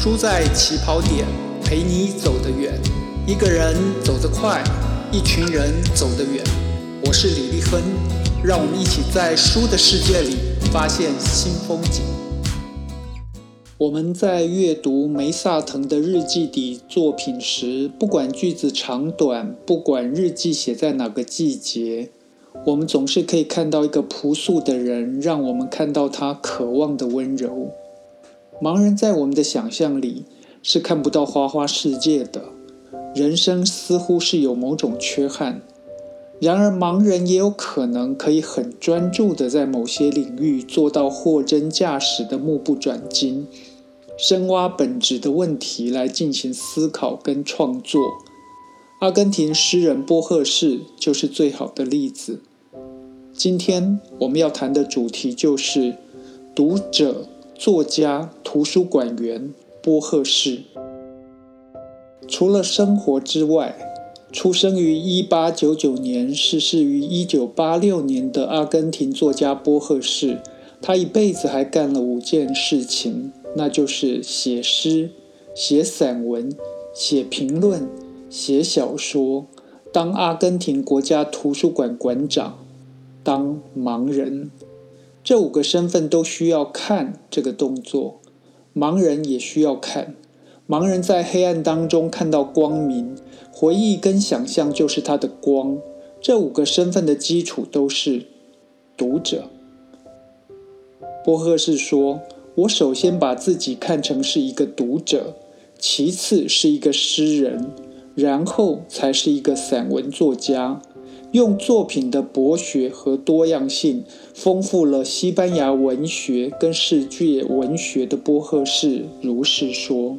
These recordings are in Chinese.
输在起跑点，陪你走得远。一个人走得快，一群人走得远。我是李立芬，让我们一起在书的世界里发现新风景。我们在阅读梅萨腾的日记底作品时，不管句子长短，不管日记写在哪个季节，我们总是可以看到一个朴素的人，让我们看到他渴望的温柔。盲人在我们的想象里是看不到花花世界的，人生似乎是有某种缺憾。然而盲人也有可能可以很专注地在某些领域做到货真价实的目不转睛，深挖本质的问题来进行思考跟创作。阿根廷诗人波赫士就是最好的例子。今天我们要谈的主题就是读者、作家、图书馆员波赫士。除了生活之外，出生于1899年，逝世于1986年的阿根廷作家波赫士，他一辈子还干了5件事情，那就是写诗、写散文、写评论、写小说、当阿根廷国家图书馆馆长、当盲人。这5个身份都需要看这个动作，盲人也需要看。盲人在黑暗当中看到光明，回忆跟想象就是他的光。这5个身份的基础都是读者。波赫士说，我首先把自己看成是一个读者，其次是一个诗人，然后才是一个散文作家。用作品的博学和多样性丰富了西班牙文学跟世界文学的波赫士如是说。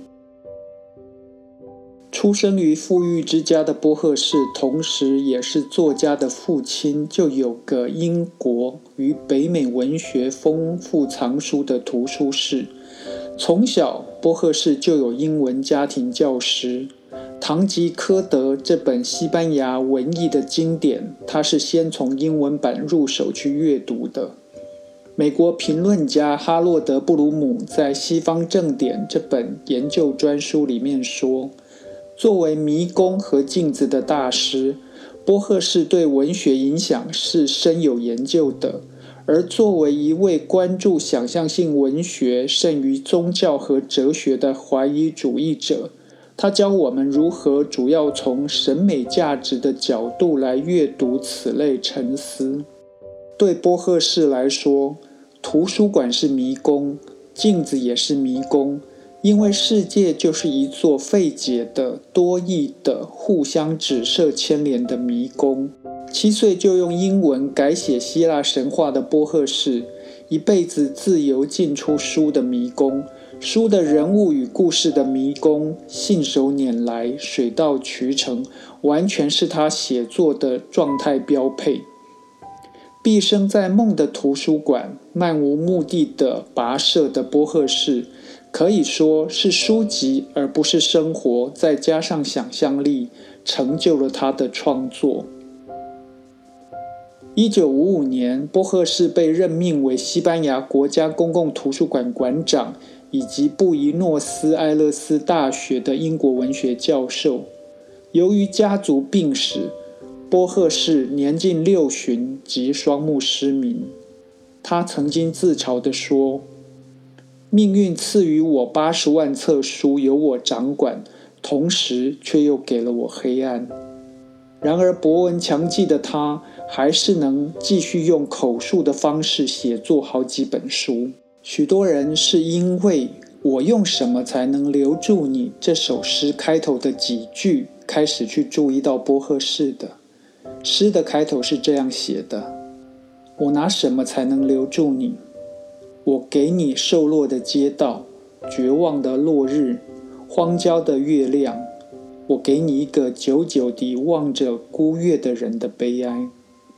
出生于富裕之家的波赫士，同时也是作家的父亲，就有个英国与北美文学丰富藏书的图书室。从小，波赫士就有英文家庭教师。堂吉诃德这本西班牙文艺的经典，他是先从英文版入手去阅读的。美国评论家哈洛德·布鲁姆在《西方正典》这本研究专书里面说，作为迷宫和镜子的大师，波赫士对文学影响是深有研究的，而作为一位关注想象性文学胜于宗教和哲学的怀疑主义者，他教我们如何主要从审美价值的角度来阅读此类沉思。对波赫士来说，图书馆是迷宫，镜子也是迷宫，因为世界就是一座费解的、多义的、互相指涉牵连的迷宫。7岁就用英文改写希腊神话的波赫士，一辈子自由进出书的迷宫，书的人物与故事的迷宫，信手拈来，水到渠成，完全是他写作的状态标配。毕生在梦的图书馆，漫无目的的跋涉的波赫士，可以说是书籍而不是生活，再加上想象力，成就了他的创作。1955年，波赫士被任命为西班牙国家公共图书馆馆长以及布宜诺斯艾勒斯大学的英国文学教授。由于家族病史，波赫士年近60及双目失明。他曾经自嘲地说，命运赐予我80万册书由我掌管，同时却又给了我黑暗。然而博闻强记的他还是能继续用口述的方式写作好几本书。许多人是因为我用什么才能留住你这首诗开头的几句开始去注意到波赫士的。诗的开头是这样写的，我拿什么才能留住你？我给你瘦落的街道，绝望的落日，荒郊的月亮，我给你一个久久地望着孤月的人的悲哀。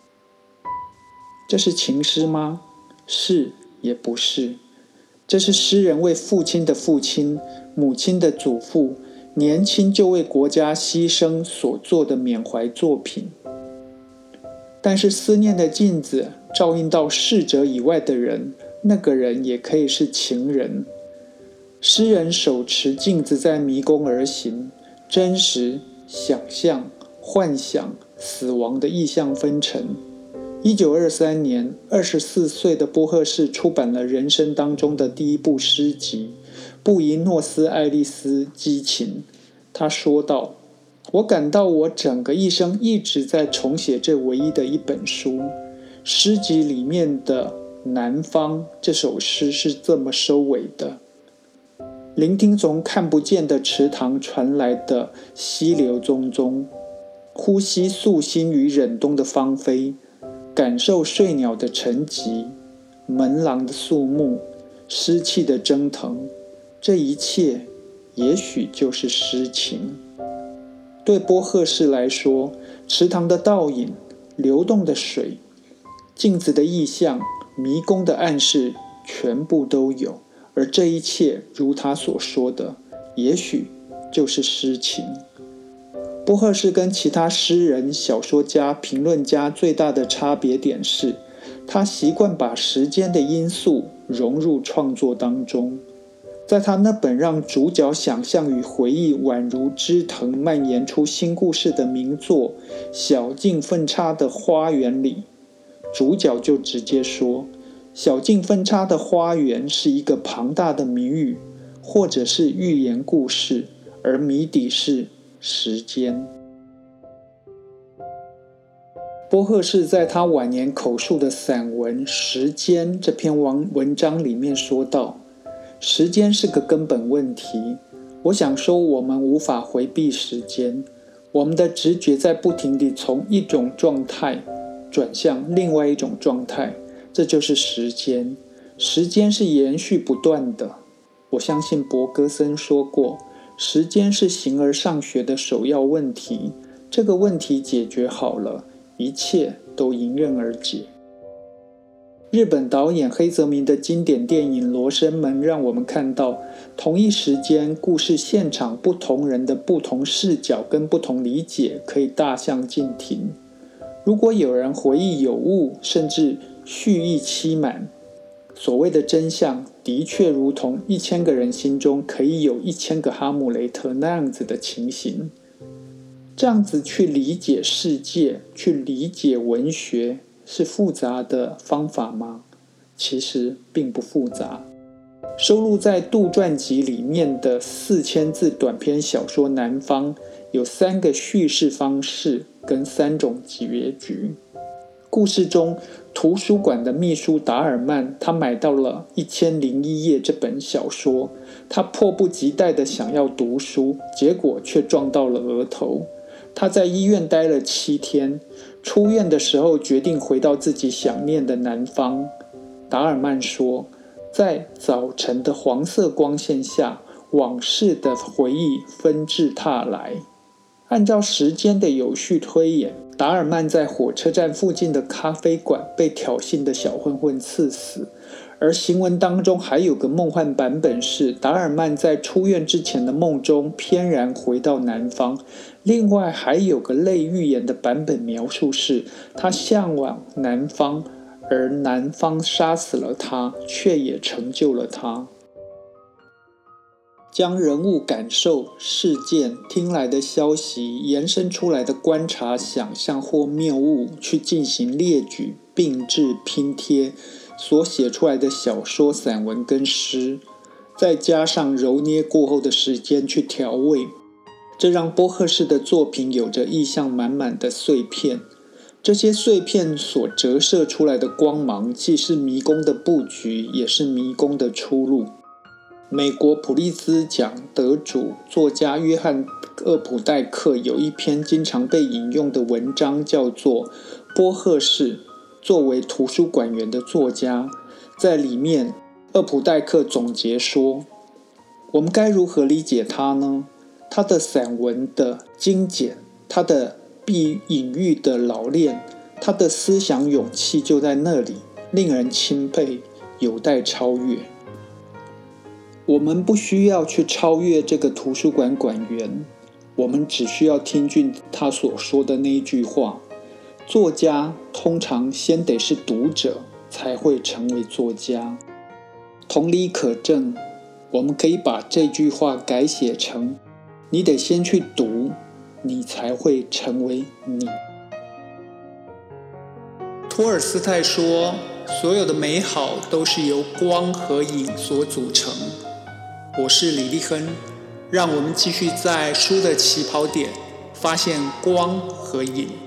这是情诗吗？是也不是。这是诗人为父亲的父亲、母亲的祖父，年轻就为国家牺牲所做的缅怀作品。但是思念的镜子照映到逝者以外的人，那个人也可以是情人。 诗人手持镜子在迷宫而行，真实、想象、幻想、死亡的意象纷呈。1923年，24岁的波赫士出版了人生当中的第一部诗集《布宜诺斯艾利斯激情》。他说道：我感到我整个一生一直在重写这唯一的一本书。诗集里面的《南方》这首诗是这么收尾的：聆听从看不见的池塘传来的溪流淙淙，呼吸肃心与忍冬的芳菲，感受睡鸟的沉寂，门廊的肃穆，湿气的蒸腾，这一切也许就是诗情。对波赫士来说，池塘的倒影，流动的水，镜子的意象，迷宫的暗示，全部都有。而这一切，如他所说的，也许就是诗情。波赫士跟其他诗人、小说家、评论家最大的差别点是，他习惯把时间的因素融入创作当中。在他那本让主角想象与回忆宛如枝藤蔓延出新故事的名作《小径分叉的花园》里，主角就直接说，小径分叉的花园是一个庞大的谜语，或者是寓言故事，而谜底是时间。波赫士在他晚年口述的散文《时间》这篇文章里面说道，时间是个根本问题。我想说，我们无法回避时间，我们的直觉在不停地从一种状态转向另外一种状态，这就是时间。时间是延续不断的。我相信博格森说过，时间是形而上学的首要问题，这个问题解决好了，一切都迎刃而解。日本导演黑泽明的经典电影《罗生门》让我们看到，同一时间故事现场不同人的不同视角跟不同理解可以大相径庭。如果有人回忆有误，甚至蓄意欺瞒，所谓的真相的确如同1000个人心中可以有1000个哈姆雷特那样子的情形。这样子去理解世界，去理解文学，是复杂的方法吗？其实并不复杂。收录在杜撰集里面的4000字短篇小说《南方》有3个叙事方式跟3种结局。故事中，图书馆的秘书达尔曼，他买到了《1001夜》这本小说，他迫不及待地想要读书，结果却撞到了额头。他在医院待了7天，出院的时候决定回到自己想念的南方。达尔曼说，在早晨的黄色光线下，往事的回忆纷至沓来。按照时间的有序推演，达尔曼在火车站附近的咖啡馆被挑衅的小混混刺死。而行文当中还有个梦幻版本是，达尔曼在出院之前的梦中翩然回到南方。另外还有个类预言的版本描述是，他向往南方，而南方杀死了他，却也成就了他。将人物感受、事件、听来的消息、延伸出来的观察、想象或谬误去进行列举、并置、拼贴，所写出来的小说、散文跟诗，再加上揉捏过后的时间去调味，这让波赫士的作品有着意象满满的碎片。这些碎片所折射出来的光芒，既是迷宫的布局，也是迷宫的出路。美国普利兹奖得主作家约翰·厄普代克有一篇经常被引用的文章，叫做《波赫士作为图书馆员的作家》。在里面，厄普代克总结说，我们该如何理解他呢？他的散文的精简，他的避隐喻的老练，他的思想勇气就在那里，令人钦佩，有待超越。我们不需要去超越这个图书馆馆员，我们只需要听进他所说的那一句话：作家通常先得是读者，才会成为作家。同理可证， 我们可以把这句话改写成：你得先去读，你才会成为你。托尔斯泰说，所有的美好都是由光和影所组成。我是李立亨，让我们继续在书的起跑点发现光和影。